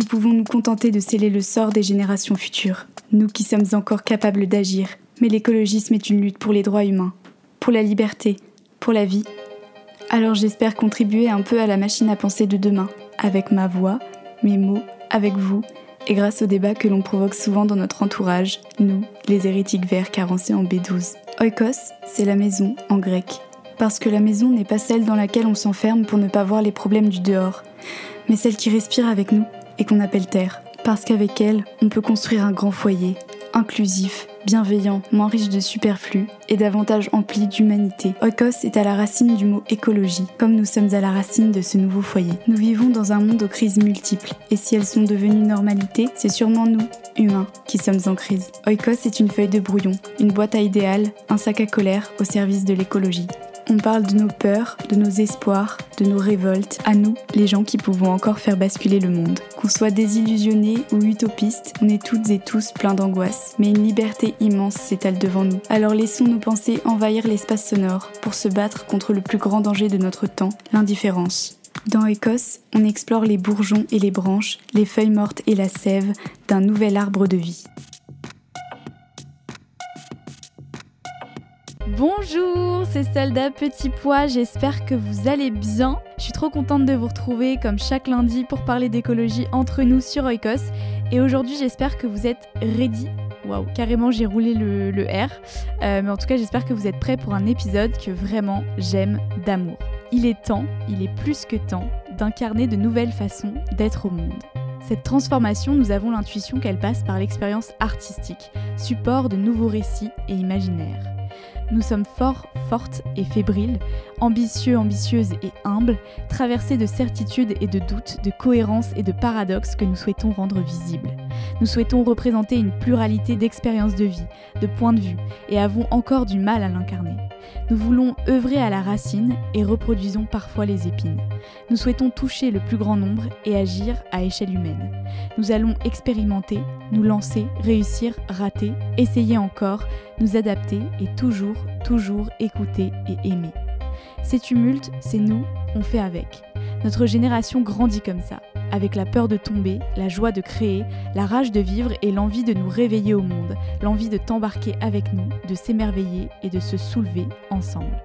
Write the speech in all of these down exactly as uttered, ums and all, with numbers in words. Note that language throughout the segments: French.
pouvons nous contenter de sceller le sort des générations futures, nous qui sommes encore capables d'agir. Mais l'écologisme est une lutte pour les droits humains, pour la liberté, pour la vie. Alors j'espère contribuer un peu à la machine à penser de demain, avec ma voix, mes mots, avec vous, et grâce au débat que l'on provoque souvent dans notre entourage, nous, les hérétiques verts carencés en B douze. Oikos, c'est la maison en grec. Parce que la maison n'est pas celle dans laquelle on s'enferme pour ne pas voir les problèmes du dehors, mais celle qui respire avec nous et qu'on appelle terre. Parce qu'avec elle, on peut construire un grand foyer, inclusif, bienveillant, moins riche de superflu et davantage empli d'humanité. Oikos est à la racine du mot écologie, comme nous sommes à la racine de ce nouveau foyer. Nous vivons dans un monde aux crises multiples, et si elles sont devenues normalité, c'est sûrement nous, humains, qui sommes en crise. Oikos est une feuille de brouillon, une boîte à idéal, un sac à colère au service de l'écologie. On parle de nos peurs, de nos espoirs, de nos révoltes, à nous, les gens qui pouvons encore faire basculer le monde. Qu'on soit désillusionnés ou utopistes, on est toutes et tous pleins d'angoisse, mais une liberté immense s'étale devant nous. Alors laissons nos pensées envahir l'espace sonore pour se battre contre le plus grand danger de notre temps, l'indifférence. Dans Oikos, on explore les bourgeons et les branches, les feuilles mortes et la sève d'un nouvel arbre de vie. Bonjour, c'est Soldat Petit Pois, j'espère que vous allez bien. Je suis trop contente de vous retrouver comme chaque lundi pour parler d'écologie entre nous sur Oikos. Et aujourd'hui, j'espère que vous êtes ready. Waouh, carrément j'ai roulé le, le R. Euh, mais en tout cas, j'espère que vous êtes prêts pour un épisode que vraiment j'aime d'amour. Il est temps, il est plus que temps, d'incarner de nouvelles façons d'être au monde. Cette transformation, nous avons l'intuition qu'elle passe par l'expérience artistique, support de nouveaux récits et imaginaires. Nous sommes forts, fortes et fébriles, ambitieux, ambitieuses et humbles, traversés de certitudes et de doutes, de cohérence et de paradoxes que nous souhaitons rendre visibles. Nous souhaitons représenter une pluralité d'expériences de vie, de points de vue, et avons encore du mal à l'incarner. Nous voulons œuvrer à la racine et reproduisons parfois les épines. Nous souhaitons toucher le plus grand nombre et agir à échelle humaine. Nous allons expérimenter, nous lancer, réussir, rater, essayer encore, nous adapter et toujours, toujours écouter et aimer. Ces tumultes, c'est nous, on fait avec. Notre génération grandit comme ça, avec la peur de tomber, la joie de créer, la rage de vivre et l'envie de nous réveiller au monde, l'envie de t'embarquer avec nous, de s'émerveiller et de se soulever ensemble.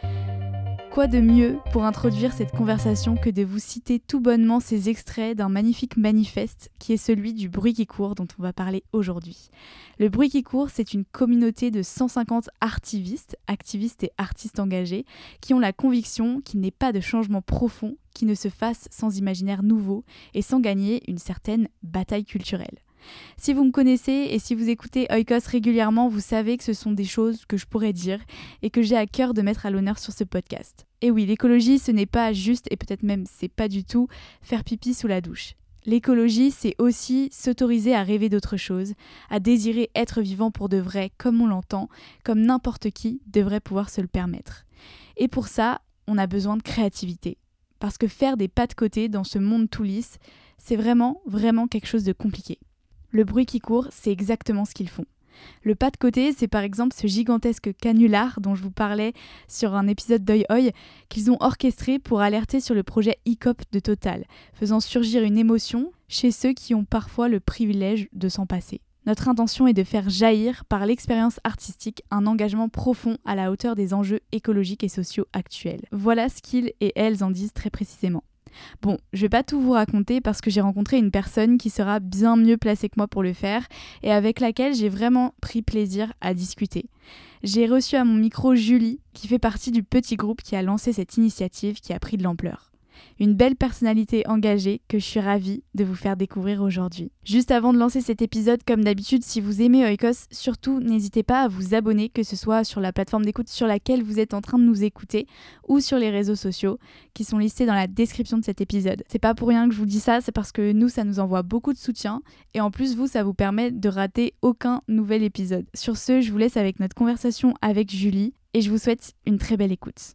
Quoi de mieux pour introduire cette conversation que de vous citer tout bonnement ces extraits d'un magnifique manifeste qui est celui du Bruit qui court dont on va parler aujourd'hui. Le Bruit qui court, c'est une communauté de cent cinquante artivistes, activistes et artistes engagés qui ont la conviction qu'il n'est pas de changement profond qui ne se fasse sans imaginaire nouveau et sans gagner une certaine bataille culturelle. Si vous me connaissez et si vous écoutez Oikos régulièrement, vous savez que ce sont des choses que je pourrais dire et que j'ai à cœur de mettre à l'honneur sur ce podcast. Et oui, l'écologie, ce n'est pas juste, et peut-être même c'est pas du tout, faire pipi sous la douche. L'écologie, c'est aussi s'autoriser à rêver d'autre chose, à désirer être vivant pour de vrai comme on l'entend, comme n'importe qui devrait pouvoir se le permettre. Et pour ça, on a besoin de créativité. Parce que faire des pas de côté dans ce monde tout lisse, c'est vraiment, vraiment quelque chose de compliqué. Le Bruit qui court, c'est exactement ce qu'ils font. Le pas de côté, c'est par exemple ce gigantesque canular dont je vous parlais sur un épisode d'Oi Oi qu'ils ont orchestré pour alerter sur le projet E-COP de Total, faisant surgir une émotion chez ceux qui ont parfois le privilège de s'en passer. Notre intention est de faire jaillir par l'expérience artistique un engagement profond à la hauteur des enjeux écologiques et sociaux actuels. Voilà ce qu'ils et elles en disent très précisément. Bon, je vais pas tout vous raconter parce que j'ai rencontré une personne qui sera bien mieux placée que moi pour le faire et avec laquelle j'ai vraiment pris plaisir à discuter. J'ai reçu à mon micro Julie, qui fait partie du petit groupe qui a lancé cette initiative qui a pris de l'ampleur. Une belle personnalité engagée que je suis ravie de vous faire découvrir aujourd'hui. Juste avant de lancer cet épisode, comme d'habitude, si vous aimez Oikos, surtout n'hésitez pas à vous abonner, que ce soit sur la plateforme d'écoute sur laquelle vous êtes en train de nous écouter ou sur les réseaux sociaux qui sont listés dans la description de cet épisode. C'est pas pour rien que je vous dis ça, c'est parce que nous, ça nous envoie beaucoup de soutien et en plus, vous, ça vous permet de rater aucun nouvel épisode. Sur ce, je vous laisse avec notre conversation avec Julie et je vous souhaite une très belle écoute.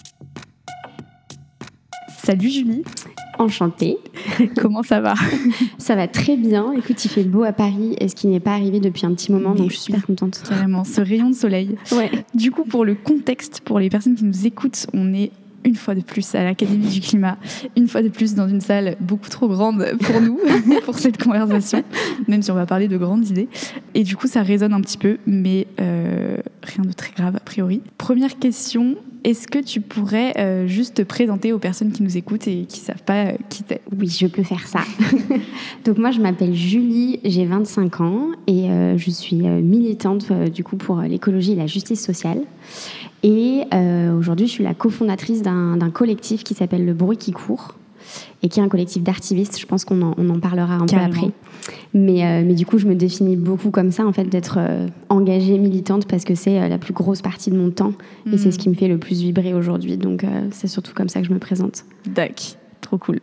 Salut Julie. Enchantée. Comment ça va ? Ça va très bien. Écoute, il fait beau à Paris, et ce qui n'est pas arrivé depuis un petit moment, mais donc je suis super contente. Carrément, ce rayon de soleil. Ouais. Du coup, pour le contexte, pour les personnes qui nous écoutent, on est une fois de plus à l'Académie du Climat, une fois de plus dans une salle beaucoup trop grande pour nous, pour cette conversation, même si on va parler de grandes idées. Et du coup, ça résonne un petit peu, mais euh, rien de très grave a priori. Première question, est-ce que tu pourrais euh, juste te présenter aux personnes qui nous écoutent et qui ne savent pas euh, qui t'es ? Oui, je peux faire ça. Donc moi, je m'appelle Julie, j'ai vingt-cinq ans et euh, je suis euh, militante euh, du coup pour l'écologie et la justice sociale. Et euh, aujourd'hui, je suis la cofondatrice d'un, d'un collectif qui s'appelle Le Bruit qui court et qui est un collectif d'activistes. Je pense qu'on en, on en parlera un Carrément. peu après. Mais, euh, mais du coup, je me définis beaucoup comme ça, en fait, d'être euh, engagée, militante, parce que c'est euh, la plus grosse partie de mon temps mmh. et c'est ce qui me fait le plus vibrer aujourd'hui. Donc, euh, c'est surtout comme ça que je me présente. Dac, trop cool.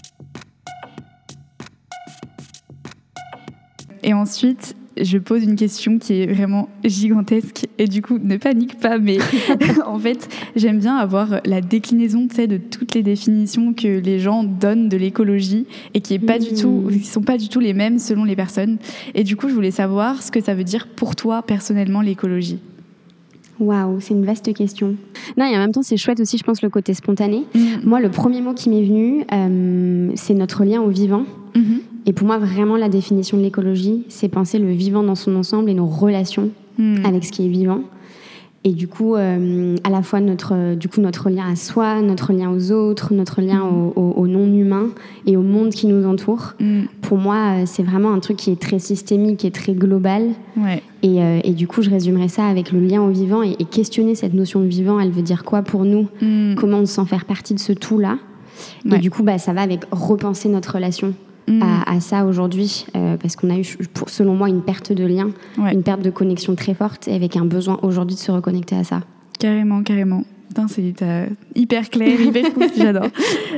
Et ensuite, je pose une question qui est vraiment gigantesque et du coup, ne panique pas, mais en fait, j'aime bien avoir la déclinaison, tu sais, de toutes les définitions que les gens donnent de l'écologie et qui est pas mmh. du tout, qui sont pas du tout les mêmes selon les personnes. Et du coup, je voulais savoir ce que ça veut dire pour toi personnellement l'écologie. Waouh, c'est une vaste question. Non, et en même temps, c'est chouette aussi, je pense, le côté spontané. Mmh. Moi, le premier mot qui m'est venu, euh, c'est notre lien au vivant. Mmh. Et pour moi, vraiment, la définition de l'écologie, c'est penser le vivant dans son ensemble et nos relations mmh. avec ce qui est vivant. Et du coup, euh, à la fois notre, du coup, notre lien à soi, notre lien aux autres, notre lien mmh. au, au, au non-humain et au monde qui nous entoure. Mmh. Pour moi, c'est vraiment un truc qui est très systémique et très global. Ouais. Et, euh, et du coup, je résumerais ça avec le lien au vivant et, et questionner cette notion de vivant. Elle veut dire quoi pour nous ? Mmh. Comment on se sent faire partie de ce tout-là ? Ouais. Et du coup, bah, ça va avec repenser notre relation. Mmh. À, à ça aujourd'hui, euh, parce qu'on a eu, pour, selon moi, une perte de lien, ouais. une perte de connexion très forte, et avec un besoin aujourd'hui de se reconnecter à ça. Carrément, carrément. Putain, c'est euh, hyper clair, hyper cool, j'adore.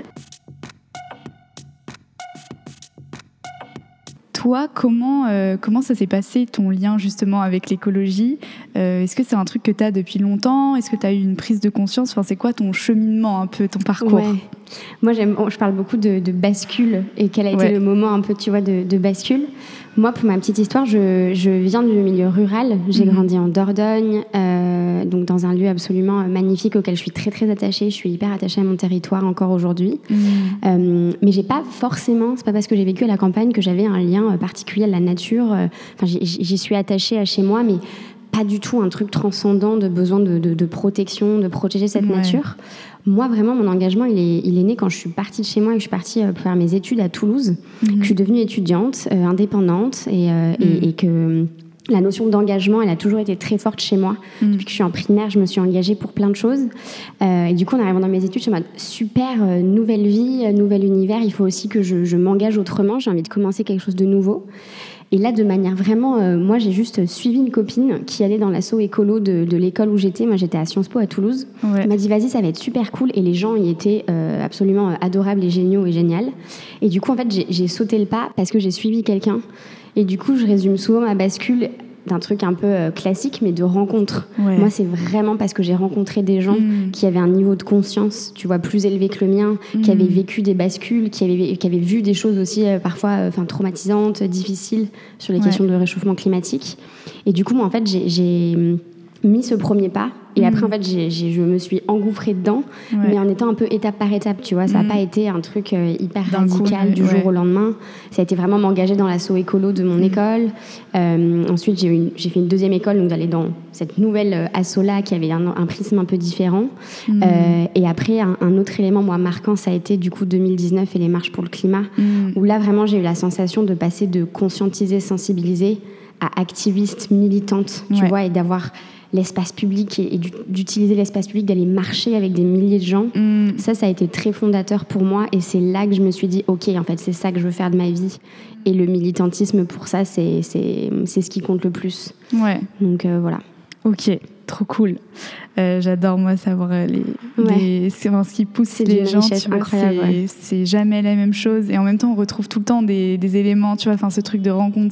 Toi, comment, euh, comment ça s'est passé ton lien justement avec l'écologie ? euh, Est-ce que c'est un truc que tu as depuis longtemps ? Est-ce que tu as eu une prise de conscience ? Enfin, c'est quoi ton cheminement, un peu, ton parcours ? Ouais. Moi, j'aime, je parle beaucoup de, de bascule et quel a été ouais. le moment un peu, tu vois, de, de bascule. Moi, pour ma petite histoire, je, je viens du milieu rural. J'ai mmh. grandi en Dordogne, euh, donc dans un lieu absolument magnifique auquel je suis très très attachée. Je suis hyper attachée à mon territoire encore aujourd'hui. Mmh. Euh, mais j'ai pas forcément, c'est pas parce que j'ai vécu à la campagne que j'avais un lien particulier à la nature. Enfin, j'y, j'y suis attachée à chez moi, mais pas du tout un truc transcendant de besoin de, de, de protection, de protéger cette ouais. nature. Moi, vraiment, mon engagement, il est, il est né quand je suis partie de chez moi et que je suis partie pour faire mes études à Toulouse, mmh. que je suis devenue étudiante, euh, indépendante, et, euh, mmh. et, et que la notion d'engagement, elle a toujours été très forte chez moi. Mmh. Depuis que je suis en primaire, je me suis engagée pour plein de choses. Euh, et du coup, en arrivant dans mes études, je me suis dit, super, euh, nouvelle vie, euh, nouvel univers, il faut aussi que je, je m'engage autrement, j'ai envie de commencer quelque chose de nouveau. Et là, de manière vraiment... Euh, moi, j'ai juste suivi une copine qui allait dans l'asso écolo de, de l'école où j'étais. Moi, j'étais à Sciences Po à Toulouse. Ouais. Elle m'a dit, vas-y, ça va être super cool. Et les gens y étaient euh, absolument adorables et géniaux et génial. Et du coup, en fait, j'ai, j'ai sauté le pas parce que j'ai suivi quelqu'un. Et du coup, je résume souvent ma bascule d'un truc un peu euh, classique, mais de rencontre. Ouais. Moi, c'est vraiment parce que j'ai rencontré des gens mmh. qui avaient un niveau de conscience, tu vois, plus élevé que le mien, mmh. qui avaient vécu des bascules, qui avaient, qui avaient vu des choses aussi euh, parfois euh, traumatisantes, difficiles sur les ouais. questions de réchauffement climatique. Et du coup, moi, en fait, j'ai, j'ai mis ce premier pas. Et mmh. après, en fait, j'ai, j'ai, je me suis engouffrée dedans, ouais. mais en étant un peu étape par étape, tu vois. Ça n'a mmh. pas été un truc euh, hyper D'un radical coup, du ouais. jour au lendemain. Ça a été vraiment m'engager dans l'asso écolo de mon mmh. école. Euh, ensuite, j'ai, une, j'ai fait une deuxième école, donc d'aller dans cette nouvelle asso-là qui avait un, un prisme un peu différent. Mmh. Euh, et après, un, un autre élément, moi, marquant, ça a été du coup deux mille dix-neuf et les marches pour le climat, mmh. où là, vraiment, j'ai eu la sensation de passer de conscientiser, sensibiliser à activiste, militante, tu ouais. vois, et d'avoir l'espace public et, et d'utiliser l'espace public, d'aller marcher avec des milliers de gens. Mm. Ça, ça a été très fondateur pour moi et c'est là que je me suis dit, ok, en fait, c'est ça que je veux faire de ma vie. Et le militantisme, pour ça, c'est, c'est, c'est ce qui compte le plus. Ouais. Donc, euh, voilà. Ok, trop cool. Euh, j'adore, moi, savoir les, ouais. les, c'est, enfin, ce qui pousse c'est les gens. Tu vois, c'est, ouais. c'est jamais la même chose. Et en même temps, on retrouve tout le temps des, des éléments, tu vois, enfin, ce truc de rencontre.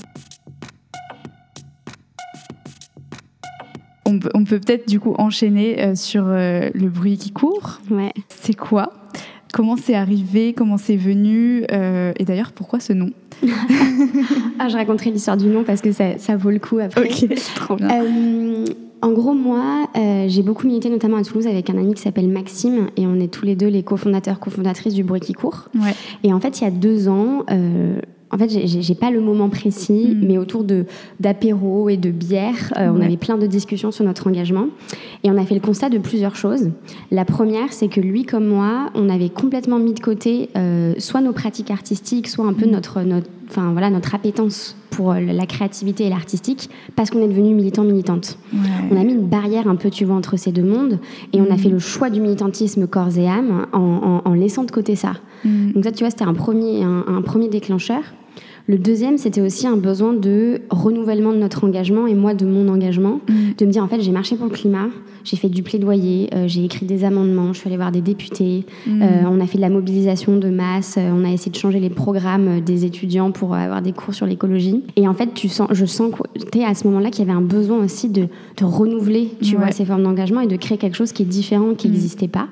On peut, on peut peut-être du coup enchaîner euh, sur euh, le bruit qui court. Ouais. C'est quoi ? Comment c'est arrivé ? Comment c'est venu ? euh, Et d'ailleurs, pourquoi ce nom ? Ah, je raconterai l'histoire du nom parce que ça, ça vaut le coup après. Ok, trop bien. Euh, En gros, moi, euh, j'ai beaucoup milité, notamment à Toulouse, avec un ami qui s'appelle Maxime, et on est tous les deux les cofondateurs, cofondatrices du Bruit qui court. Ouais. Et en fait, il y a deux ans... Euh, En fait, j'ai, j'ai pas le moment précis, mmh. mais autour de, d'apéros et de bières, euh, ouais. on avait plein de discussions sur notre engagement. Et on a fait le constat de plusieurs choses. La première, c'est que lui comme moi, on avait complètement mis de côté euh, soit nos pratiques artistiques, soit un peu mmh. notre, notre, enfin, voilà, notre appétence pour la créativité et l'artistique, parce qu'on est devenus militants, militantes. Ouais. On a mis une barrière un peu, tu vois, entre ces deux mondes, et mmh. on a fait le choix du militantisme corps et âme en, en, en laissant de côté ça. Mmh. Donc ça, tu vois, c'était un premier, un, un premier déclencheur. Le deuxième, c'était aussi un besoin de renouvellement de notre engagement, et moi de mon engagement, mmh. de me dire, en fait, j'ai marché pour le climat, j'ai fait du plaidoyer, euh, j'ai écrit des amendements, je suis allée voir des députés, mmh. euh, on a fait de la mobilisation de masse, euh, on a essayé de changer les programmes des étudiants pour avoir des cours sur l'écologie. Et en fait, tu sens, je sens à ce moment-là qu'il y avait un besoin aussi de, de renouveler, tu ouais. vois, ces formes d'engagement et de créer quelque chose qui est différent, qui n'existait mmh. pas.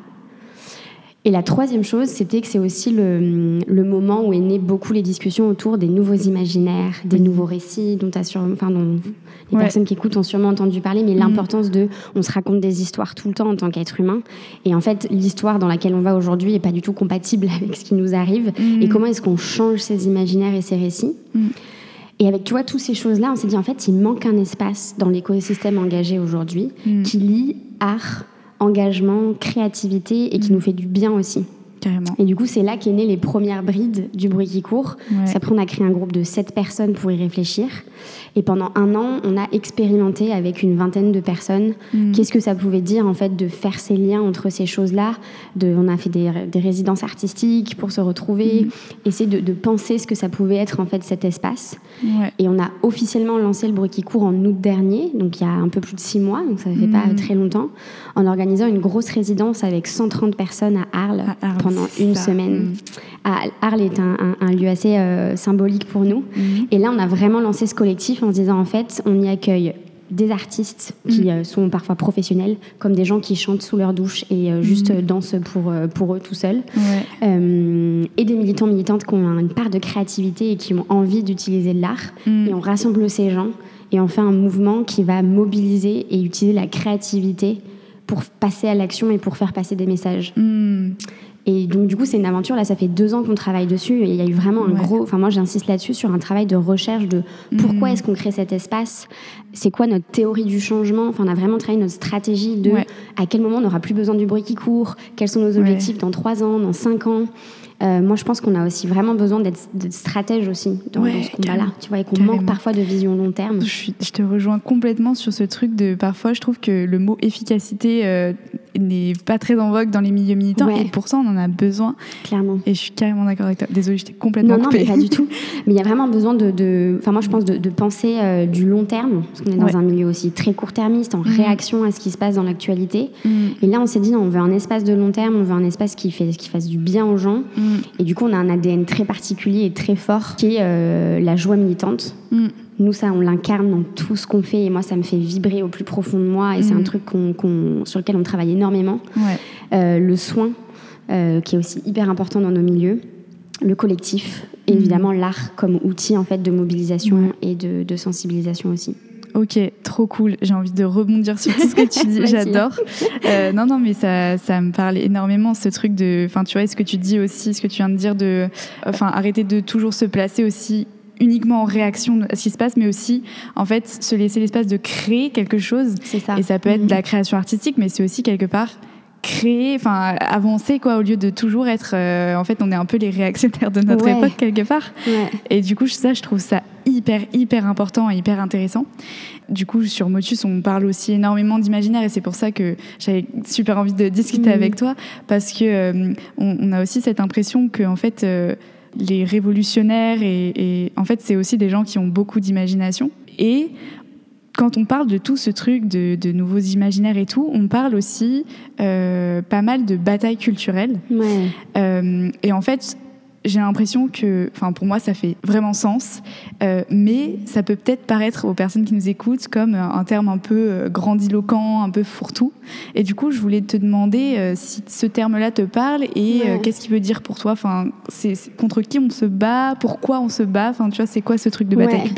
Et la troisième chose, c'était que c'est aussi le, le moment où est né beaucoup les discussions autour des nouveaux imaginaires, des oui. nouveaux récits, dont, sur, enfin, dont les ouais. personnes qui écoutent ont sûrement entendu parler, mais mmh. l'importance de... On se raconte des histoires tout le temps en tant qu'être humain. Et en fait, l'histoire dans laquelle on va aujourd'hui n'est pas du tout compatible avec ce qui nous arrive. Mmh. Et comment est-ce qu'on change ces imaginaires et ces récits mmh. Et avec, tu vois, toutes ces choses-là, on s'est dit, en fait, il manque un espace dans l'écosystème engagé aujourd'hui mmh. qui lie art, engagement, créativité et qui mmh. nous fait du bien aussi. Carrément. Et du coup, c'est là qu'est né les premières brides du Bruit qui court. Ouais. Après, on a créé un groupe de sept personnes pour y réfléchir. Et pendant un an, on a expérimenté avec une vingtaine de personnes mmh. qu'est-ce que ça pouvait dire en fait de faire ces liens entre ces choses-là. De, on a fait des, des résidences artistiques pour se retrouver, mmh. essayer de, de penser ce que ça pouvait être en fait cet espace. Ouais. Et on a officiellement lancé le Bruit qui court en août dernier, donc il y a un peu plus de six mois, donc ça fait mmh. pas très longtemps, en organisant une grosse résidence avec cent trente personnes à Arles, à Arles pendant une ça. semaine. Mmh. À Arles est un, un, un lieu assez euh, symbolique pour nous. Mmh. Et là, on a vraiment lancé ce collectif en se disant, en fait, on y accueille des artistes qui mmh. euh, sont parfois professionnels, comme des gens qui chantent sous leur douche et euh, juste mmh. dansent pour, euh, pour eux tout seuls, ouais. euh, et des militants, militantes qui ont une part de créativité et qui ont envie d'utiliser l'art. Mmh. Et on rassemble ces gens et on fait un mouvement qui va mobiliser et utiliser la créativité pour passer à l'action et pour faire passer des messages. Mmh. Et donc, du coup, c'est une aventure. Là, ça fait deux ans qu'on travaille dessus. Et il y a eu vraiment un ouais. gros... Enfin, moi, j'insiste là-dessus sur un travail de recherche de pourquoi mmh. est-ce qu'on crée cet espace ? C'est quoi notre théorie du changement ? Enfin, on a vraiment travaillé notre stratégie de ouais. à quel moment on n'aura plus besoin du bruit qui court ? Quels sont nos objectifs ouais. dans trois ans, dans cinq ans ? Euh, moi, je pense qu'on a aussi vraiment besoin d'être, d'être stratège aussi dans, ouais, dans ce combat-là, tu vois, et qu'on carrément. manque parfois de vision long terme. Je, suis, je te rejoins complètement sur ce truc de parfois, je trouve que le mot efficacité euh, n'est pas très en vogue dans les milieux militants, ouais. et pourtant on en a besoin. Clairement. Et je suis carrément d'accord avec toi. Désolée, je t'ai complètement non, coupée. Non, mais pas du tout. Mais il y a vraiment besoin de, de, enfin moi je pense de, de penser euh, du long terme, parce qu'on est dans ouais. un milieu aussi très court-termiste, en mmh. réaction à ce qui se passe dans l'actualité. Mmh. Et là, on s'est dit non, on veut un espace de long terme, on veut un espace qui fait, qui fasse du bien aux gens. Mmh. Et du coup, on a un A D N très particulier et très fort qui est euh, la joie militante. Mm. Nous, ça, on l'incarne dans tout ce qu'on fait et moi, ça me fait vibrer au plus profond de moi et mm. c'est un truc qu'on, qu'on, sur lequel on travaille énormément. Ouais. Euh, le soin, euh, qui est aussi hyper important dans nos milieux. Le collectif et mm. évidemment l'art comme outil en fait, de mobilisation mm. et de, de sensibilisation aussi. Ok, trop cool. J'ai envie de rebondir sur tout ce que tu dis. J'adore. Euh, non, non, mais ça, ça me parle énormément, ce truc de... Enfin, tu vois, ce que tu dis aussi, ce que tu viens de dire de... Enfin, arrêter de toujours se placer aussi uniquement en réaction à ce qui se passe, mais aussi, en fait, se laisser l'espace de créer quelque chose. C'est ça. Et ça peut être mmh. de la création artistique, mais c'est aussi quelque part... créer, enfin avancer quoi, au lieu de toujours être euh, en fait on est un peu les réactionnaires de notre ouais. époque quelque part ouais. et du coup ça je trouve ça hyper hyper important et hyper intéressant. Du coup sur Motus on parle aussi énormément d'imaginaire et c'est pour ça que j'avais super envie de discuter mmh. avec toi parce que euh, on, on a aussi cette impression que en fait euh, les révolutionnaires et, et en fait c'est aussi des gens qui ont beaucoup d'imagination et quand on parle de tout ce truc de, de nouveaux imaginaires et tout, on parle aussi euh, pas mal de batailles culturelles. Ouais. Euh, et en fait, j'ai l'impression que, enfin pour moi, ça fait vraiment sens, euh, mais ça peut peut-être paraître aux personnes qui nous écoutent comme un terme un peu grandiloquent, un peu fourre-tout. Et du coup, je voulais te demander euh, si ce terme-là te parle et ouais. euh, qu'est-ce qu'il veut dire pour toi. Enfin, c'est, c'est contre qui on se bat, pourquoi on se bat. Enfin, tu vois, c'est quoi ce truc de bataille ouais. culturelle ?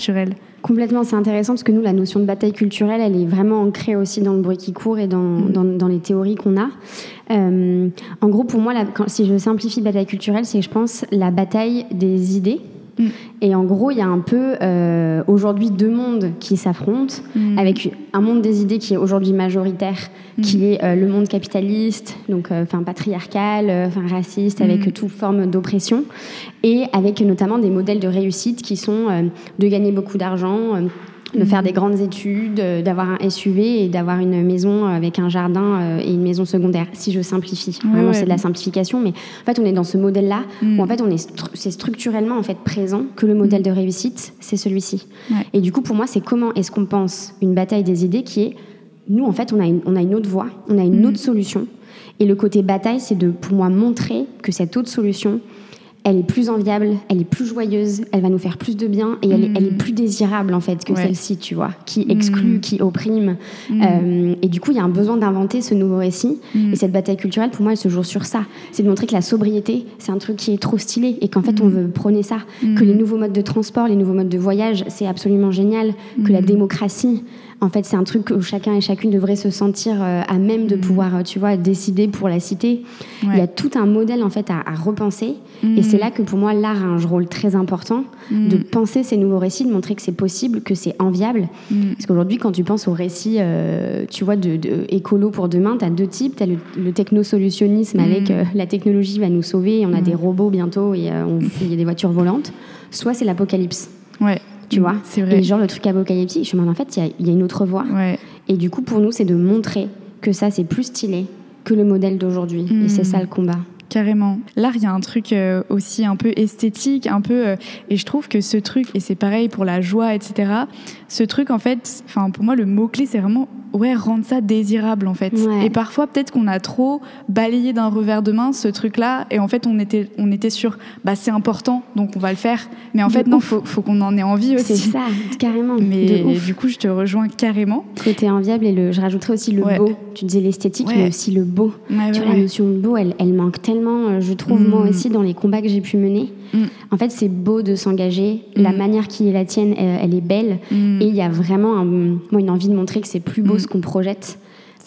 Complètement, c'est intéressant parce que nous, la notion de bataille culturelle, elle est vraiment ancrée aussi dans le bruit qui court et dans, mmh. dans, dans les théories qu'on a. Euh, en gros, pour moi, la, quand, si je simplifie bataille culturelle, c'est, je pense, la bataille des idées. Mmh. Et en gros, il y a un peu, euh, aujourd'hui, deux mondes qui s'affrontent, mmh. avec un monde des idées qui est aujourd'hui majoritaire, mmh. qui est euh, le monde capitaliste, donc euh, patriarcal, euh, raciste, mmh. avec toute forme d'oppression, et avec notamment des modèles de réussite qui sont euh, de gagner beaucoup d'argent, euh, de faire des grandes études, d'avoir un S U V et d'avoir une maison avec un jardin et une maison secondaire, si je simplifie. Ouais, Vraiment, ouais. c'est de la simplification, mais en fait, on est dans ce modèle-là mm. où en fait, on est stru- c'est structurellement en fait présent que le modèle de réussite, c'est celui-ci. Ouais. Et du coup, pour moi, c'est comment est-ce qu'on pense une bataille des idées qui est, nous, en fait, on a une, on a une autre voie, on a une mm. autre solution. Et le côté bataille, c'est de, pour moi, montrer que cette autre solution, elle est plus enviable, elle est plus joyeuse, elle va nous faire plus de bien et elle, mmh. est, elle est plus désirable en fait que ouais. celle-ci, tu vois, qui exclut, mmh. qui opprime. Mmh. Euh, et du coup, il y a un besoin d'inventer ce nouveau récit. Mmh. Et cette bataille culturelle, pour moi, elle se joue sur ça. C'est de montrer que la sobriété, c'est un truc qui est trop stylé et qu'en fait, mmh. on veut prôner ça. Mmh. Que les nouveaux modes de transport, les nouveaux modes de voyage, c'est absolument génial. Mmh. Que la démocratie... En fait, c'est un truc où chacun et chacune devrait se sentir euh, à même de mmh. pouvoir, tu vois, décider pour la cité. Ouais. Il y a tout un modèle, en fait, à, à repenser. Mmh. Et c'est là que, pour moi, l'art a un rôle très important mmh. de penser ces nouveaux récits, de montrer que c'est possible, que c'est enviable. Mmh. Parce qu'aujourd'hui, quand tu penses aux récits, euh, tu vois, de, de écolo pour demain, tu as deux types. Tu as le, le technosolutionnisme mmh. avec euh, la technologie va nous sauver, on a mmh. des robots bientôt et euh, il y a des voitures volantes. Soit c'est l'apocalypse. Ouais. Tu vois, c'est vrai. Et genre le truc apocalyptique, je me dis en fait, il y, y a une autre voie. Ouais. Et du coup, pour nous, c'est de montrer que ça, c'est plus stylé que le modèle d'aujourd'hui. Mmh. Et c'est ça le combat. Carrément. L'art, il y a un truc euh, aussi un peu esthétique, un peu, euh, et je trouve que ce truc, et c'est pareil pour la joie, et cetera. Ce truc, en fait, enfin pour moi, le mot clé, c'est vraiment ouais rendre ça désirable, en fait. Ouais. Et parfois, peut-être qu'on a trop balayé d'un revers de main ce truc-là, et en fait, on était, on était sur, bah c'est important, donc on va le faire. Mais en de fait, ouf. non, faut, faut qu'on en ait envie aussi. C'est ça, carrément. Mais du coup, je te rejoins carrément. Côté enviable et le, je rajouterais aussi le ouais. beau. Tu disais l'esthétique, ouais. mais aussi le beau. Ouais, tu ouais, vois, ouais. la notion de beau, elle, elle manque tellement. Je trouve mmh. moi aussi dans les combats que j'ai pu mener. Mmh. En fait, c'est beau de s'engager. Mmh. La manière qui est la tienne, elle, elle est belle. Mmh. Et il y a vraiment un, moi, une envie de montrer que c'est plus beau mmh. ce qu'on projette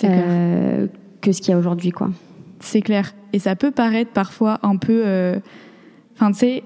euh, que ce qu'il y a aujourd'hui, quoi. C'est clair. Et ça peut paraître parfois un peu, enfin, euh, tu sais,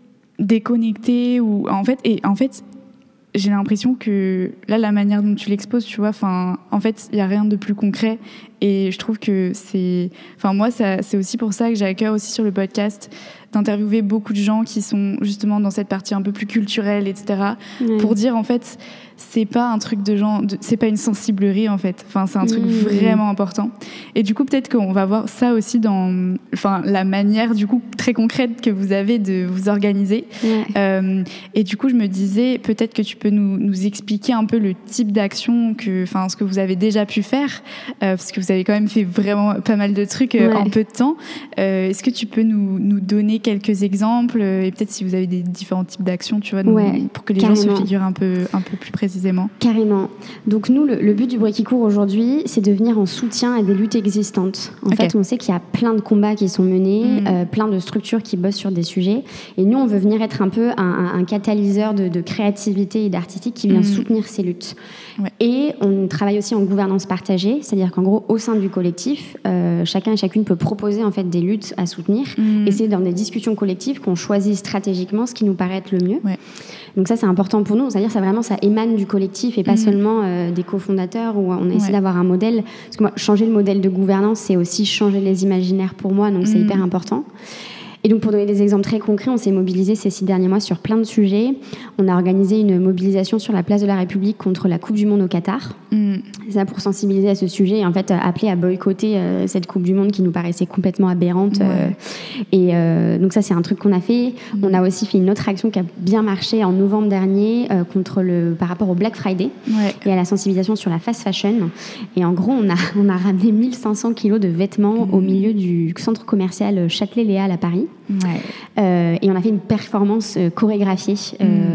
déconnecté ou en fait, et en fait. J'ai l'impression que là, la manière dont tu l'exposes, tu vois, enfin, en fait, il y a rien de plus concret. Et je trouve que c'est, enfin, moi, ça, c'est aussi pour ça que j'ai à cœur aussi sur le podcast d'interviewer beaucoup de gens qui sont justement dans cette partie un peu plus culturelle, et cetera. Ouais. Pour dire, en fait, c'est pas un truc de genre, de, c'est pas une sensiblerie, en fait. Enfin, c'est un truc mmh. vraiment important. Et du coup, peut-être qu'on va voir ça aussi dans, enfin, la manière, du coup, très concrète que vous avez de vous organiser. Ouais. Euh, et du coup, je me disais, peut-être que tu peux nous, nous expliquer un peu le type d'action que, enfin, ce que vous avez déjà pu faire, euh, parce que vous avez quand même fait vraiment pas mal de trucs euh, ouais. en peu de temps. Euh, est-ce que tu peux nous, nous donner quelques exemples et peut-être si vous avez des différents types d'actions, tu vois, nous, ouais, pour que les carrément. gens se figurent un peu, un peu plus précisément. Carrément. Donc nous, le, le but du Bruit qui court aujourd'hui, c'est de venir en soutien à des luttes existantes. En okay. fait, on sait qu'il y a plein de combats qui sont menés, mmh. euh, plein de structures qui bossent sur des sujets, et nous, on veut venir être un peu un, un, un catalyseur de, de créativité et d'artistique qui vient mmh. soutenir ces luttes. Ouais. Et on travaille aussi en gouvernance partagée, c'est-à-dire qu'en gros, au sein du collectif, euh, chacun et chacune peut proposer en fait des luttes à soutenir, mmh. et c'est dans des discussions collectives qu'on choisit stratégiquement ce qui nous paraît être le mieux. Ouais. Donc ça, c'est important pour nous, c'est-à-dire ça vraiment ça émane du collectif et pas mmh. seulement euh, des cofondateurs où on a essayé ouais. d'avoir un modèle. Parce que moi, changer le modèle de gouvernance, c'est aussi changer les imaginaires pour moi, donc mmh. c'est hyper important. Et donc, pour donner des exemples très concrets, on s'est mobilisé ces six derniers mois sur plein de sujets. On a organisé une mobilisation sur la place de la République contre la Coupe du Monde au Qatar. Mm. Ça, pour sensibiliser à ce sujet et en fait appeler à boycotter euh, cette Coupe du Monde qui nous paraissait complètement aberrante. Ouais. Euh, et euh, donc ça, c'est un truc qu'on a fait. Mm. On a aussi fait une autre action qui a bien marché en novembre dernier euh, contre le, par rapport au Black Friday ouais. et à la sensibilisation sur la fast fashion. Et en gros, on a, on a ramené mille cinq cents kilos de vêtements mm. au milieu du centre commercial Châtelet-Léal à Paris. Ouais. Euh, et on a fait une performance euh, chorégraphiée euh,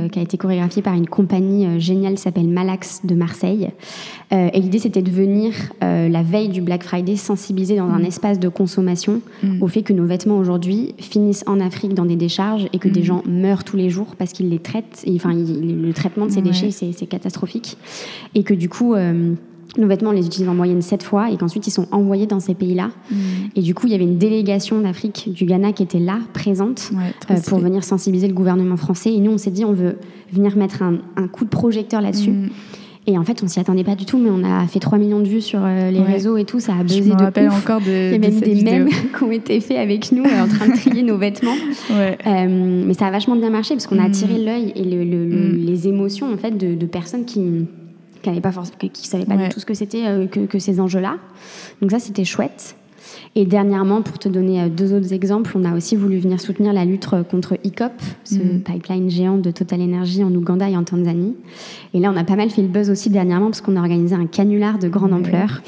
euh, qui a été chorégraphié par une compagnie euh, géniale qui s'appelle Malax de Marseille. Euh, et l'idée, c'était de venir, euh, la veille du Black Friday, sensibiliser dans mmh. un espace de consommation mmh. au fait que nos vêtements aujourd'hui finissent en Afrique dans des décharges et que mmh. des gens meurent tous les jours parce qu'ils les traitent. Et, enfin, il, le traitement de ces ouais. déchets, c'est, c'est catastrophique. Et que du coup... Euh, nos vêtements, on les utilise en moyenne sept fois et qu'ensuite, ils sont envoyés dans ces pays-là. Mmh. Et du coup, il y avait une délégation d'Afrique, du Ghana, qui était là, présente, ouais, euh, pour venir sensibiliser le gouvernement français. Et nous, on s'est dit, on veut venir mettre un, un coup de projecteur là-dessus. Mmh. Et en fait, on s'y attendait pas du tout, mais on a fait trois millions de vues sur euh, les ouais. réseaux et tout. Ça a buzzé de ouf. Je me rappelle encore de Il y a même des mèmes qui ont été faits avec nous, euh, en train de trier nos vêtements. Ouais. Euh, mais ça a vachement bien marché parce qu'on a attiré mmh. l'œil et le, le, le, mmh. les émotions en fait, de, de personnes qui... qui ne savaient pas ouais. du tout ce que c'était euh, que, que ces enjeux-là. Donc ça, c'était chouette. Et dernièrement, pour te donner euh, deux autres exemples, on a aussi voulu venir soutenir la lutte contre I C O P, ce mmh. pipeline géant de Total Energy en Ouganda et en Tanzanie. Et là, on a pas mal fait le buzz aussi dernièrement parce qu'on a organisé un canular de grande ouais. ampleur.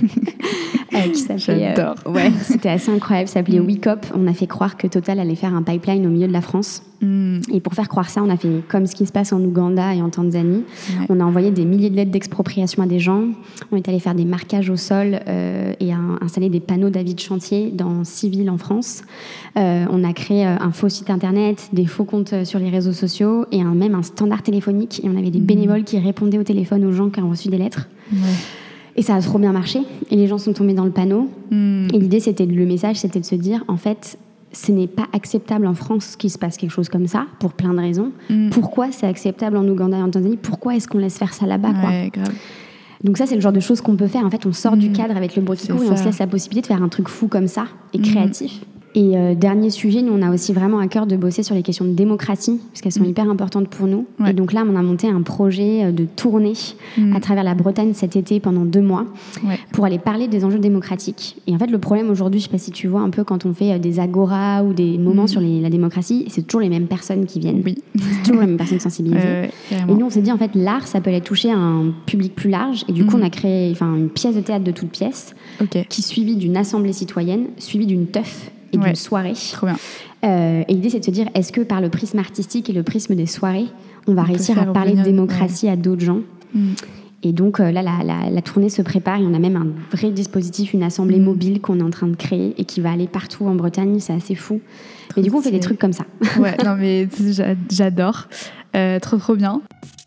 euh, qui s'appelait, J'adore. Euh, ouais, c'était assez incroyable. Ça s'appelait mmh. I C O P. On a fait croire que Total allait faire un pipeline au milieu de la France. Mmh. Et pour faire croire ça, on a fait comme ce qui se passe en Ouganda et en Tanzanie. Ouais. On a envoyé des milliers de lettres d'expropriation à des gens. On est allé faire des marquages au sol euh, et un, installer des panneaux d'avis de chantier dans six villes en France. Euh, on a créé un faux site internet, des faux comptes sur les réseaux sociaux et un, même un standard téléphonique. Et on avait des mmh. bénévoles qui répondaient au téléphone aux gens qui ont reçu des lettres. Ouais. Et ça a trop bien marché. Et les gens sont tombés dans le panneau. Mmh. Et l'idée, c'était le message, c'était de se dire, en fait, ce n'est pas acceptable en France qu'il se passe quelque chose comme ça, pour plein de raisons. Mmh. Pourquoi c'est acceptable en Ouganda et en Tanzanie ? Pourquoi est-ce qu'on laisse faire ça là-bas, quoi ? Ouais, grave. Donc ça, c'est le genre de choses qu'on peut faire. En fait, on sort mmh. du cadre avec le bruit qui court et on se laisse la possibilité de faire un truc fou comme ça et mmh. créatif. Et euh, dernier sujet, nous, on a aussi vraiment à cœur de bosser sur les questions de démocratie, parce qu'elles sont mmh. hyper importantes pour nous. Ouais. Et donc là, on a monté un projet de tournée mmh. à travers la Bretagne cet été pendant deux mois ouais. pour aller parler des enjeux démocratiques. Et en fait, le problème aujourd'hui, je ne sais pas si tu vois un peu quand on fait des agoras ou des moments mmh. sur les, la démocratie, c'est toujours les mêmes personnes qui viennent. Oui. C'est toujours les mêmes personnes sensibilisées. Ouais, ouais, et nous, on s'est dit, en fait, l'art, ça peut aller toucher un public plus large. Et du mmh. coup, on a créé une pièce de théâtre de toute pièce okay. qui suivie d'une assemblée citoyenne, suivie d'une teuf et ouais, d'une soirée. Trop bien. Euh, et l'idée, c'est de se dire, est-ce que par le prisme artistique et le prisme des soirées, on va on réussir à parler de démocratie ouais. à d'autres gens mmh. Et donc euh, là, la, la, la tournée se prépare. Et on a même un vrai dispositif, une assemblée mmh. mobile qu'on est en train de créer et qui va aller partout en Bretagne. C'est assez fou. Trop et du coup, on fait des trucs comme ça. Ouais, non mais j'adore. Euh, trop, trop bien.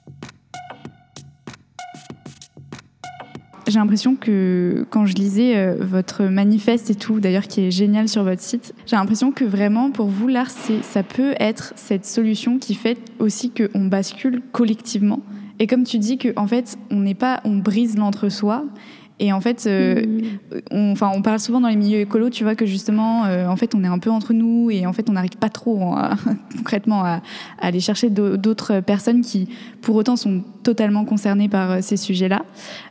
J'ai l'impression que quand je lisais euh, votre manifeste et tout, d'ailleurs qui est génial sur votre site, j'ai l'impression que vraiment pour vous l'art, c'est, ça peut être cette solution qui fait aussi qu'on bascule collectivement. Et comme tu dis que en fait on n'est pas, on brise l'entre-soi. Et en fait, euh, mmh. on, on parle souvent dans les milieux écolos, tu vois, que justement, euh, en fait, on est un peu entre nous et en fait, on n'arrive pas trop à, concrètement à, à aller chercher d'autres personnes qui, pour autant, sont totalement concernées par ces sujets-là.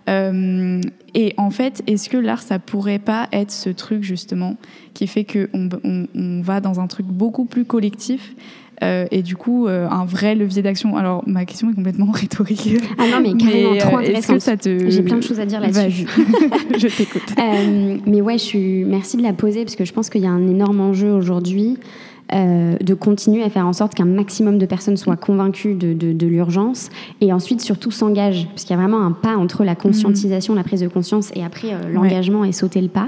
Euh, et en fait, est-ce que l'art, ça pourrait pas être ce truc, justement, qui fait qu'on on, on va dans un truc beaucoup plus collectif ? Euh, et du coup, euh, un vrai levier d'action. Alors, ma question est complètement rhétorique. Ah non, mais carrément, mais, trop intéressante. Est-ce que ça te... J'ai plein de choses à dire là-dessus. Je t'écoute. Euh, mais ouais, je suis... merci de la poser, parce que je pense qu'il y a un énorme enjeu aujourd'hui euh, de continuer à faire en sorte qu'un maximum de personnes soient convaincues de, de, de l'urgence et ensuite, surtout, s'engagent. Parce qu'il y a vraiment un pas entre la conscientisation, mmh. la prise de conscience et après euh, l'engagement ouais. et sauter le pas.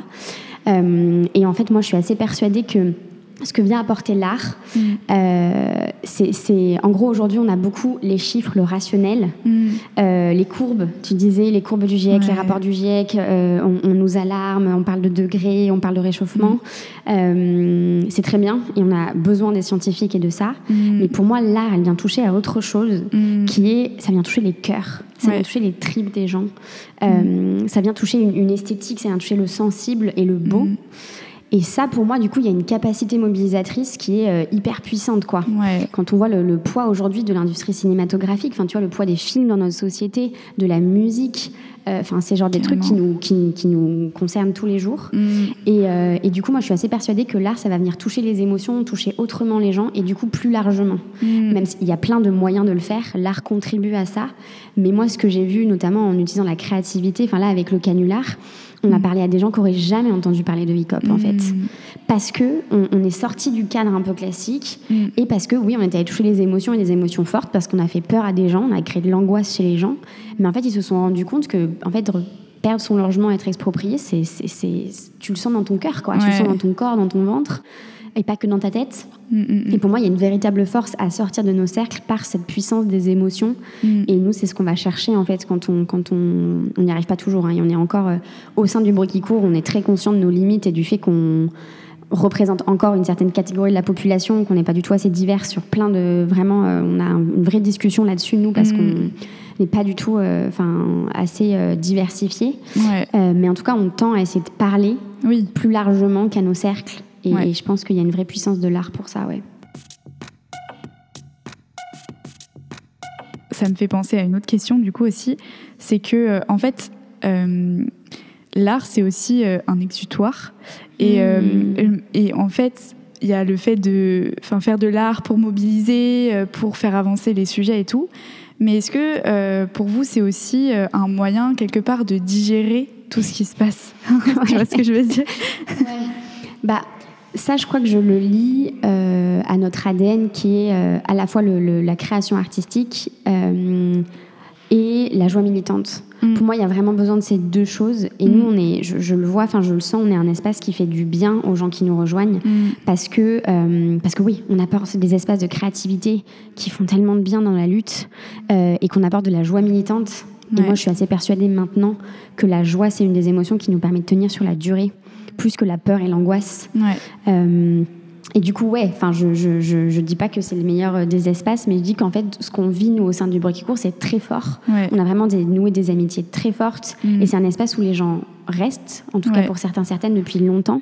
Euh, et en fait, moi, je suis assez persuadée que ce que vient apporter l'art, mmh. euh, c'est, c'est... En gros, aujourd'hui, on a beaucoup les chiffres, le rationnel, mmh. euh, les courbes. Tu disais, les courbes du GIEC, ouais. les rapports du GIEC, euh, on, on nous alarme, on parle de degrés, on parle de réchauffement. Mmh. Euh, c'est très bien, et on a besoin des scientifiques et de ça. Mmh. Mais pour moi, l'art, elle vient toucher à autre chose, mmh. qui est... Ça vient toucher les cœurs, ça ouais. vient toucher les tripes des gens. Euh, mmh. Ça vient toucher une, une esthétique, ça vient toucher le sensible et le beau. Mmh. Et ça, pour moi, du coup, il y a une capacité mobilisatrice qui est euh, hyper puissante, quoi. Ouais. Quand on voit le, le poids aujourd'hui de l'industrie cinématographique, enfin, tu vois, le poids des films dans notre société, de la musique, enfin, euh, c'est genre des Carrément. trucs qui nous, qui, qui nous concernent tous les jours. Mm. Et, euh, et du coup, moi, je suis assez persuadée que l'art, ça va venir toucher les émotions, toucher autrement les gens, et du coup, plus largement. Mm. Même s'il y a plein de moyens de le faire, l'art contribue à ça. Mais moi, ce que j'ai vu, notamment en utilisant la créativité, enfin là, avec le canular, On a parlé à des gens qui n'auraient jamais entendu parler de hip-hop, en fait. Parce qu'on on est sorti du cadre un peu classique mm. et parce que, oui, on était allé toucher les émotions et des émotions fortes parce qu'on a fait peur à des gens, on a créé de l'angoisse chez les gens. Mais en fait, ils se sont rendus compte que, en fait, perdre son logement, être exproprié, c'est, c'est, c'est, tu le sens dans ton cœur, quoi. Ouais. Tu le sens dans ton corps, dans ton ventre, et pas que dans ta tête. Mm-mm. Et pour moi, il y a une véritable force à sortir de nos cercles par cette puissance des émotions. Mm. Et nous, c'est ce qu'on va chercher, en fait, quand on quand on on n'y arrive pas toujours. Hein. Et on est encore euh, au sein du bruit qui court, on est très conscient de nos limites et du fait qu'on représente encore une certaine catégorie de la population, qu'on n'est pas du tout assez divers sur plein de... Vraiment, euh, on a une vraie discussion là-dessus, nous, parce mm. qu'on n'est pas du tout euh, assez euh, diversifié. Ouais. Euh, mais en tout cas, on tend à essayer de parler oui. plus largement qu'à nos cercles. Et, ouais. et je pense qu'il y a une vraie puissance de l'art pour ça, ouais. Ça me fait penser à une autre question, du coup, aussi. C'est que, euh, en fait, euh, l'art, c'est aussi euh, un exutoire. Et, mmh. euh, et en fait, il y a le fait de faire de l'art pour mobiliser, euh, pour faire avancer les sujets et tout. Mais est-ce que, euh, pour vous, c'est aussi euh, un moyen, quelque part, de digérer tout ce qui se passe? Tu vois ce que je veux dire? Ouais. Bah... Ça, je crois que je le lis euh, à notre A D N, qui est euh, à la fois le, le, la création artistique euh, et la joie militante. Mm. Pour moi, il y a vraiment besoin de ces deux choses. Et mm. nous, on est, je, je le vois, enfin, je le sens, on est un espace qui fait du bien aux gens qui nous rejoignent. Mm. Parce que, euh, parce que oui, on apporte des espaces de créativité qui font tellement de bien dans la lutte euh, et qu'on apporte de la joie militante. Et ouais. moi, je suis assez persuadée maintenant que la joie, c'est une des émotions qui nous permet de tenir sur la durée, plus que la peur et l'angoisse. Ouais. Euh, et du coup, ouais, enfin, je, je, je, je dis pas que c'est le meilleur des espaces, mais je dis qu'en fait, ce qu'on vit, nous, au sein du bruit qui court, c'est très fort. Ouais. On a vraiment des, noué des amitiés très fortes. Mmh. Et c'est un espace où les gens restent, en tout ouais. cas pour certains, certaines, depuis longtemps.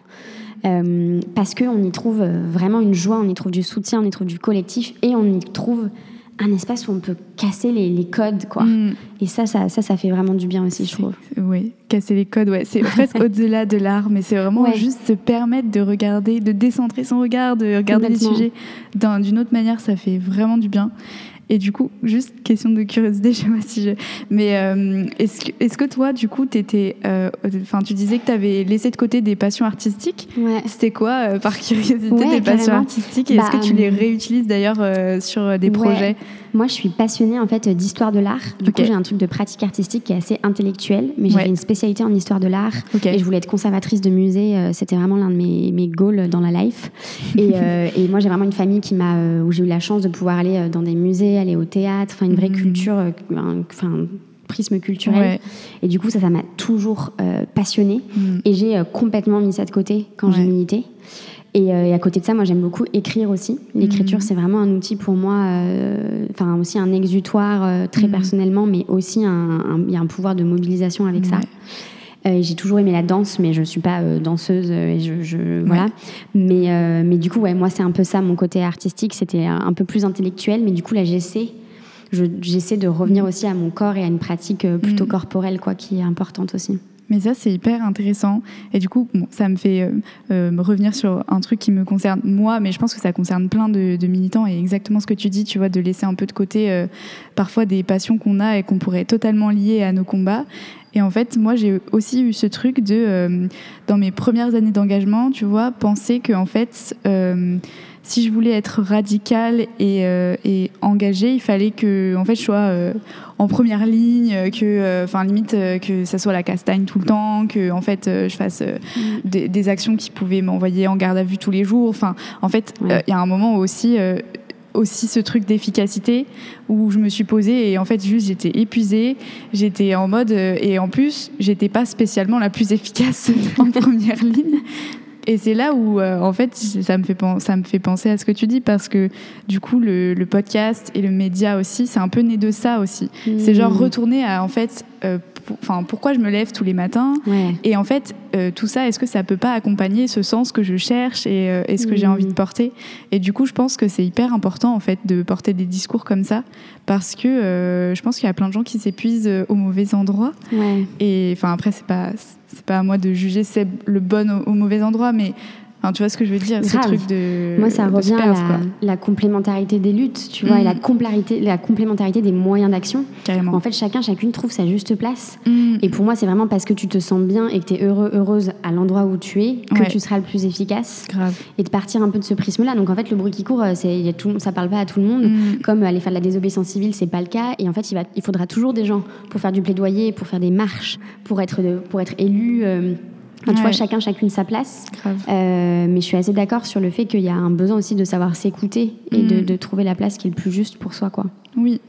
Euh, parce qu'on y trouve vraiment une joie, on y trouve du soutien, on y trouve du collectif, et on y trouve un espace où on peut casser les, les codes, quoi. Mm. Et ça ça, ça, ça fait vraiment du bien aussi, je trouve. Oui, casser les codes, ouais. C'est presque au-delà de l'art, mais c'est vraiment ouais. juste se permettre de regarder, de décentrer son regard, de regarder les sujets d'un, d'une autre manière, ça fait vraiment du bien. Et du coup, juste question de curiosité, je sais pas si je... Mais euh, est-ce, que, est-ce que toi, du coup, t'étais... Enfin, euh, tu disais que tu avais laissé de côté des passions artistiques. Ouais. C'était quoi, euh, par curiosité, ouais, des passions artistiques? Et bah, est-ce que tu les réutilises d'ailleurs euh, sur des ouais. projets? Moi, je suis passionnée en fait d'histoire de l'art. Du okay. coup, j'ai un truc de pratique artistique qui est assez intellectuel, mais j'avais ouais. une spécialité en histoire de l'art okay. et je voulais être conservatrice de musée. C'était vraiment l'un de mes, mes goals dans la life. Et, euh, et moi, j'ai vraiment une famille qui m'a, euh, où j'ai eu la chance de pouvoir aller dans des musées, aller au théâtre, enfin une vraie mmh. culture, enfin un prisme culturel. Ouais. Et du coup, ça, ça m'a toujours euh, passionnée. Mmh. Et j'ai euh, complètement mis ça de côté quand ouais. j'ai milité. Et, euh, et à côté de ça, moi, j'aime beaucoup écrire aussi. L'écriture, mmh. c'est vraiment un outil pour moi, enfin euh, aussi un exutoire euh, très mmh. personnellement, mais aussi il y a un pouvoir de mobilisation avec ouais. ça. Euh, j'ai toujours aimé la danse, mais je suis pas euh, danseuse. Euh, et je, je ouais. voilà. Mais euh, mais du coup, ouais, moi, c'est un peu ça mon côté artistique. C'était un peu plus intellectuel, mais du coup, là, j'essaie, je, j'essaie de revenir mmh. aussi à mon corps et à une pratique euh, plutôt mmh. corporelle, quoi, qui est importante aussi. Mais ça, c'est hyper intéressant. Et du coup, bon, ça me fait euh, euh, revenir sur un truc qui me concerne moi, mais je pense que ça concerne plein de, de militants. Et exactement ce que tu dis, tu vois, de laisser un peu de côté euh, parfois des passions qu'on a et qu'on pourrait totalement lier à nos combats. Et en fait, moi, j'ai aussi eu ce truc de, euh, dans mes premières années d'engagement, tu vois, penser que, en fait, euh, si je voulais être radicale et, euh, et engagée, il fallait que, en fait, je sois euh, en première ligne, que, enfin, euh, limite, euh, que ça soit la castagne tout le temps, que, en fait, euh, je fasse euh, mmh. des, des actions qui pouvaient m'envoyer en garde à vue tous les jours. Enfin, en fait, il ouais. euh, y a un moment où aussi. Euh, aussi ce truc d'efficacité où je me suis posée et en fait juste j'étais épuisée, j'étais en mode euh, et en plus j'étais pas spécialement la plus efficace en première ligne. Et c'est là où euh, en fait ça me fait ça me fait penser à ce que tu dis, parce que du coup le, le podcast et le média aussi, c'est un peu né de ça aussi. Mmh. C'est genre retourner à en fait euh, Enfin, pourquoi je me lève tous les matins ouais. et en fait euh, tout ça, est-ce que ça peut pas accompagner ce sens que je cherche et, euh, et ce que mmh. j'ai envie de porter? Et du coup je pense que c'est hyper important en fait de porter des discours comme ça, parce que euh, je pense qu'il y a plein de gens qui s'épuisent au mauvais endroit ouais. et enfin après c'est pas c'est pas à moi de juger c'est le bon au, au mauvais endroit, mais Enfin, tu vois ce que je veux dire, Grave. Ce truc de moi ça de revient perdre, à la, la complémentarité des luttes, tu vois, mmh. et la complémentarité, la complémentarité des moyens d'action. Carrément. En fait, chacun, chacune trouve sa juste place. Mmh. Et pour moi, c'est vraiment parce que tu te sens bien et que tu es heureux, heureuse à l'endroit où tu es que ouais. tu seras le plus efficace. Grave. Et de partir un peu de ce prisme-là. Donc en fait, le bruit qui court, c'est, y a tout, ça parle pas à tout le monde. Mmh. Comme aller faire de la désobéissance civile, c'est pas le cas. Et en fait, il, va, il faudra toujours des gens pour faire du plaidoyer, pour faire des marches, pour être, pour être élu. Euh, Enfin, tu ouais. vois, chacun, chacune sa place. Euh, mais je suis assez d'accord sur le fait qu'il y a un besoin aussi de savoir s'écouter et mmh. de, de trouver la place qui est le plus juste pour soi, quoi. Oui.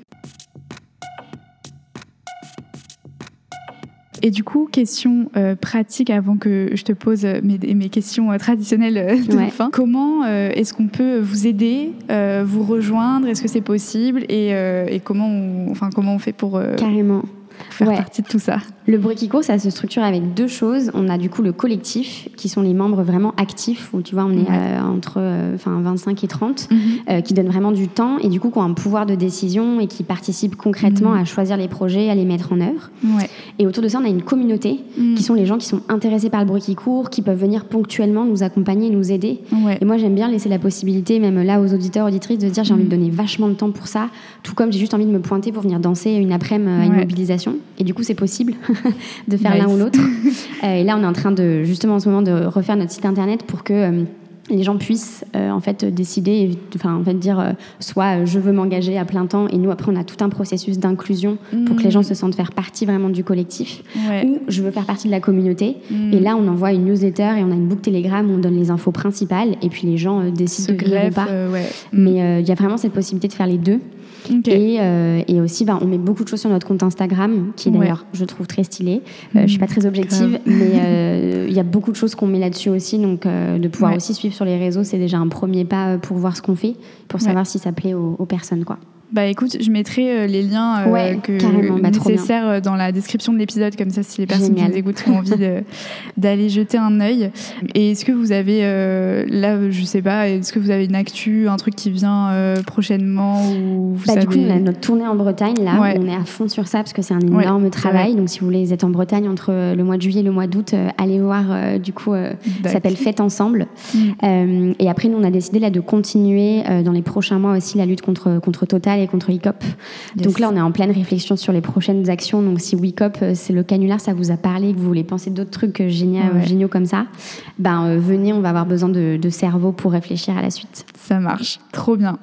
Et du coup, question euh, pratique avant que je te pose mes, mes questions euh, traditionnelles de ouais. fin. Comment euh, est-ce qu'on peut vous aider, euh, vous rejoindre ? Est-ce que c'est possible ? Et, euh, et comment, on, enfin, comment on fait pour... Euh, Carrément. faire ouais. partie de tout ça. Le bruit qui court, ça se structure avec deux choses. On a du coup le collectif, qui sont les membres vraiment actifs, où tu vois, on est ouais. euh, entre euh, vingt-cinq et trente, mm-hmm. euh, qui donnent vraiment du temps et du coup qui ont un pouvoir de décision et qui participent concrètement mm-hmm. à choisir les projets, à les mettre en œuvre. Ouais. Et autour de ça, on a une communauté, mm-hmm. qui sont les gens qui sont intéressés par le bruit qui court, qui peuvent venir ponctuellement nous accompagner, nous aider. Ouais. Et moi, j'aime bien laisser la possibilité, même là, aux auditeurs, auditrices, de se dire j'ai mm-hmm. envie de donner vachement de temps pour ça, tout comme j'ai juste envie de me pointer pour venir danser une après-midi à une ouais. mobilisation. Et du coup, c'est possible de faire nice. L'un ou l'autre. euh, et là, on est en train de, justement, en ce moment, de refaire notre site internet pour que euh, les gens puissent, euh, en fait, décider, enfin, en fait, dire, euh, soit euh, je veux m'engager à plein temps, et nous, après, on a tout un processus d'inclusion mmh. pour que les gens se sentent faire partie vraiment du collectif, ouais. ou je veux faire partie de la communauté. Mmh. Et là, on envoie une newsletter et on a une boucle Telegram où on donne les infos principales, et puis les gens euh, décident se de venir ou pas. Euh, ouais. Mais il euh, y a vraiment cette possibilité de faire les deux. Okay. Et, euh, et aussi, bah, on met beaucoup de choses sur notre compte Instagram, qui est d'ailleurs, ouais. je trouve, très stylé. Euh, mmh, je suis pas très objective, grave. Mais il euh, y a beaucoup de choses qu'on met là-dessus aussi. Donc, euh, de pouvoir ouais. aussi suivre sur les réseaux, c'est déjà un premier pas pour voir ce qu'on fait, pour savoir ouais. si ça plaît aux, aux personnes, quoi. Bah écoute, je mettrai euh, les liens euh, ouais, que bah, nécessaires dans la description de l'épisode, comme ça si les personnes Génial. Qui nous écoutent ont envie de, d'aller jeter un œil. Et est-ce que vous avez, euh, là je sais pas, est-ce que vous avez une actu, un truc qui vient euh, prochainement ou vous bah, savez... Du coup, on a notre tournée en Bretagne, là, ouais. on est à fond sur ça parce que c'est un énorme ouais. travail. Ouais. Donc si vous voulez être en Bretagne entre le mois de juillet et le mois d'août, euh, allez voir, euh, du coup, euh, ça s'appelle Fête Ensemble. Mm. Euh, et après, nous on a décidé là de continuer euh, dans les prochains mois aussi la lutte contre, contre Total et contre Wake-Up. Yes. Donc là, on est en pleine réflexion sur les prochaines actions. Donc si Wake-Up, c'est le canular, ça vous a parlé, que vous voulez penser d'autres trucs géniaux, ouais. géniaux comme ça, ben euh, venez, on va avoir besoin de, de cerveau pour réfléchir à la suite. Ça marche, trop bien.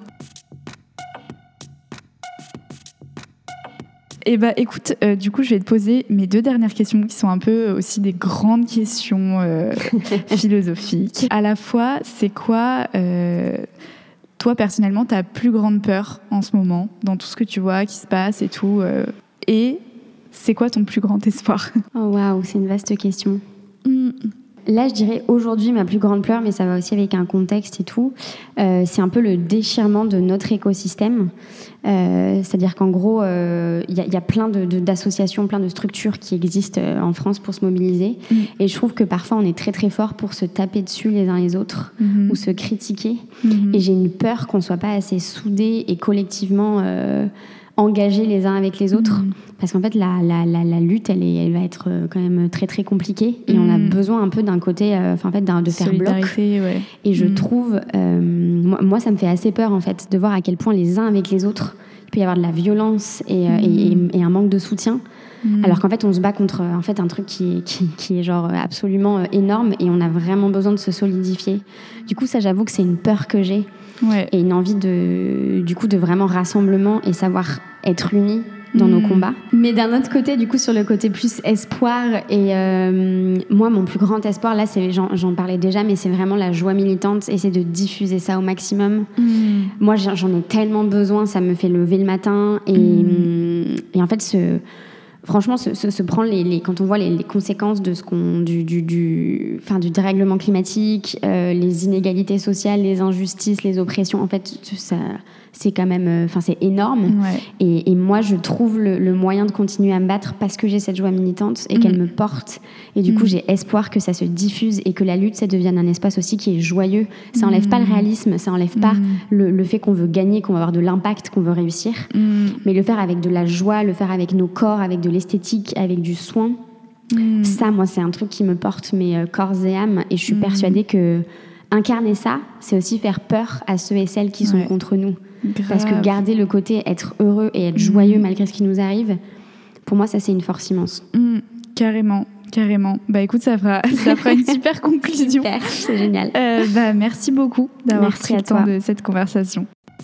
Eh bah, écoute, euh, du coup, je vais te poser mes deux dernières questions qui sont un peu aussi des grandes questions euh, philosophiques. À la fois, c'est quoi... Euh, toi, personnellement, ta plus grande peur en ce moment, dans tout ce que tu vois qui se passe et tout, euh, et c'est quoi ton plus grand espoir ? Oh waouh, c'est une vaste question. Mm. Là, je dirais aujourd'hui ma plus grande peur, mais ça va aussi avec un contexte et tout, euh, c'est un peu le déchirement de notre écosystème. Euh, c'est-à-dire qu'en gros, il euh, y, y a plein de, de, d'associations, plein de structures qui existent en France pour se mobiliser. Mmh. Et je trouve que parfois, on est très très fort pour se taper dessus les uns les autres mmh. ou se critiquer. Mmh. Et j'ai une peur qu'on ne soit pas assez soudés et collectivement... Euh, engagés les uns avec les autres, mmh. parce qu'en fait la, la, la, la lutte elle, est, elle va être quand même très très compliquée et mmh. on a besoin un peu d'un côté, euh, en fait, d'un, de faire bloc. Ouais. Et je mmh. trouve, euh, moi, moi ça me fait assez peur en fait de voir à quel point les uns avec les autres il peut y avoir de la violence et, mmh. et, et, et un manque de soutien. Mmh. Alors qu'en fait on se bat contre en fait un truc qui est, qui, qui est genre absolument énorme et on a vraiment besoin de se solidifier. Du coup ça j'avoue que c'est une peur que j'ai. Ouais. Et une envie de, du coup, de vraiment rassemblement et savoir être unis dans mmh. nos combats. Mais d'un autre côté, du coup, sur le côté plus espoir, et euh, moi, mon plus grand espoir, là, c'est, j'en, j'en parlais déjà, mais c'est vraiment la joie militante et c'est de diffuser ça au maximum. Mmh. Moi, j'en ai tellement besoin, ça me fait lever le matin et, mmh. et en fait, ce... Franchement, se, se, se prendre les, les, quand on voit les, les conséquences de ce qu'on, du, du, du, enfin, du dérèglement climatique, euh, les inégalités sociales, les injustices, les oppressions, en fait, ça, c'est quand même, enfin, c'est énorme. Ouais. Et, et moi, je trouve le, le moyen de continuer à me battre parce que j'ai cette joie militante et mmh. qu'elle me porte. Et du mmh. coup, j'ai espoir que ça se diffuse et que la lutte, ça devienne un espace aussi qui est joyeux. Ça enlève mmh. pas le réalisme, ça enlève mmh. pas le, le fait qu'on veut gagner, qu'on va avoir de l'impact, qu'on veut réussir, mmh. mais le faire avec de la joie, le faire avec nos corps, avec de l'esthétique, avec du soin. Mmh. Ça, moi, c'est un truc qui me porte mes euh, corps et âme. Et je suis mmh. persuadée que incarner ça, c'est aussi faire peur à ceux et celles qui sont ouais. contre nous. Grave. Parce que garder le côté être heureux et être mmh. joyeux malgré ce qui nous arrive, pour moi, ça, c'est une force immense. Mmh. Carrément. Carrément. Bah écoute, ça fera, ça fera une super conclusion. Super, c'est génial. Euh, bah, merci beaucoup d'avoir merci pris le temps de cette conversation.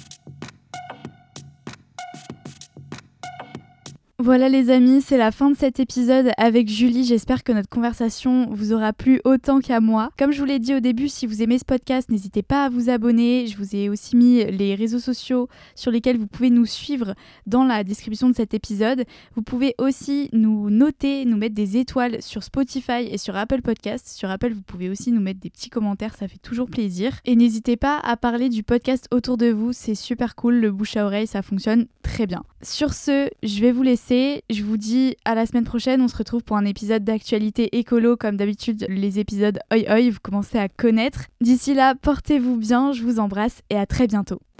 Voilà les amis, c'est la fin de cet épisode avec Julie. J'espère que notre conversation vous aura plu autant qu'à moi. Comme je vous l'ai dit au début, si vous aimez ce podcast, n'hésitez pas à vous abonner. Je vous ai aussi mis les réseaux sociaux sur lesquels vous pouvez nous suivre dans la description de cet épisode. Vous pouvez aussi nous noter, nous mettre des étoiles sur Spotify et sur Apple Podcasts. Sur Apple, vous pouvez aussi nous mettre des petits commentaires, ça fait toujours plaisir. Et n'hésitez pas à parler du podcast autour de vous, c'est super cool, le bouche à oreille, ça fonctionne très bien. Sur ce, je vais vous laisser. Je vous dis à la semaine prochaine, on se retrouve pour un épisode d'actualité écolo comme d'habitude, les épisodes oi oi, vous commencez à connaître. D'ici là, portez-vous bien, je vous embrasse et à très bientôt.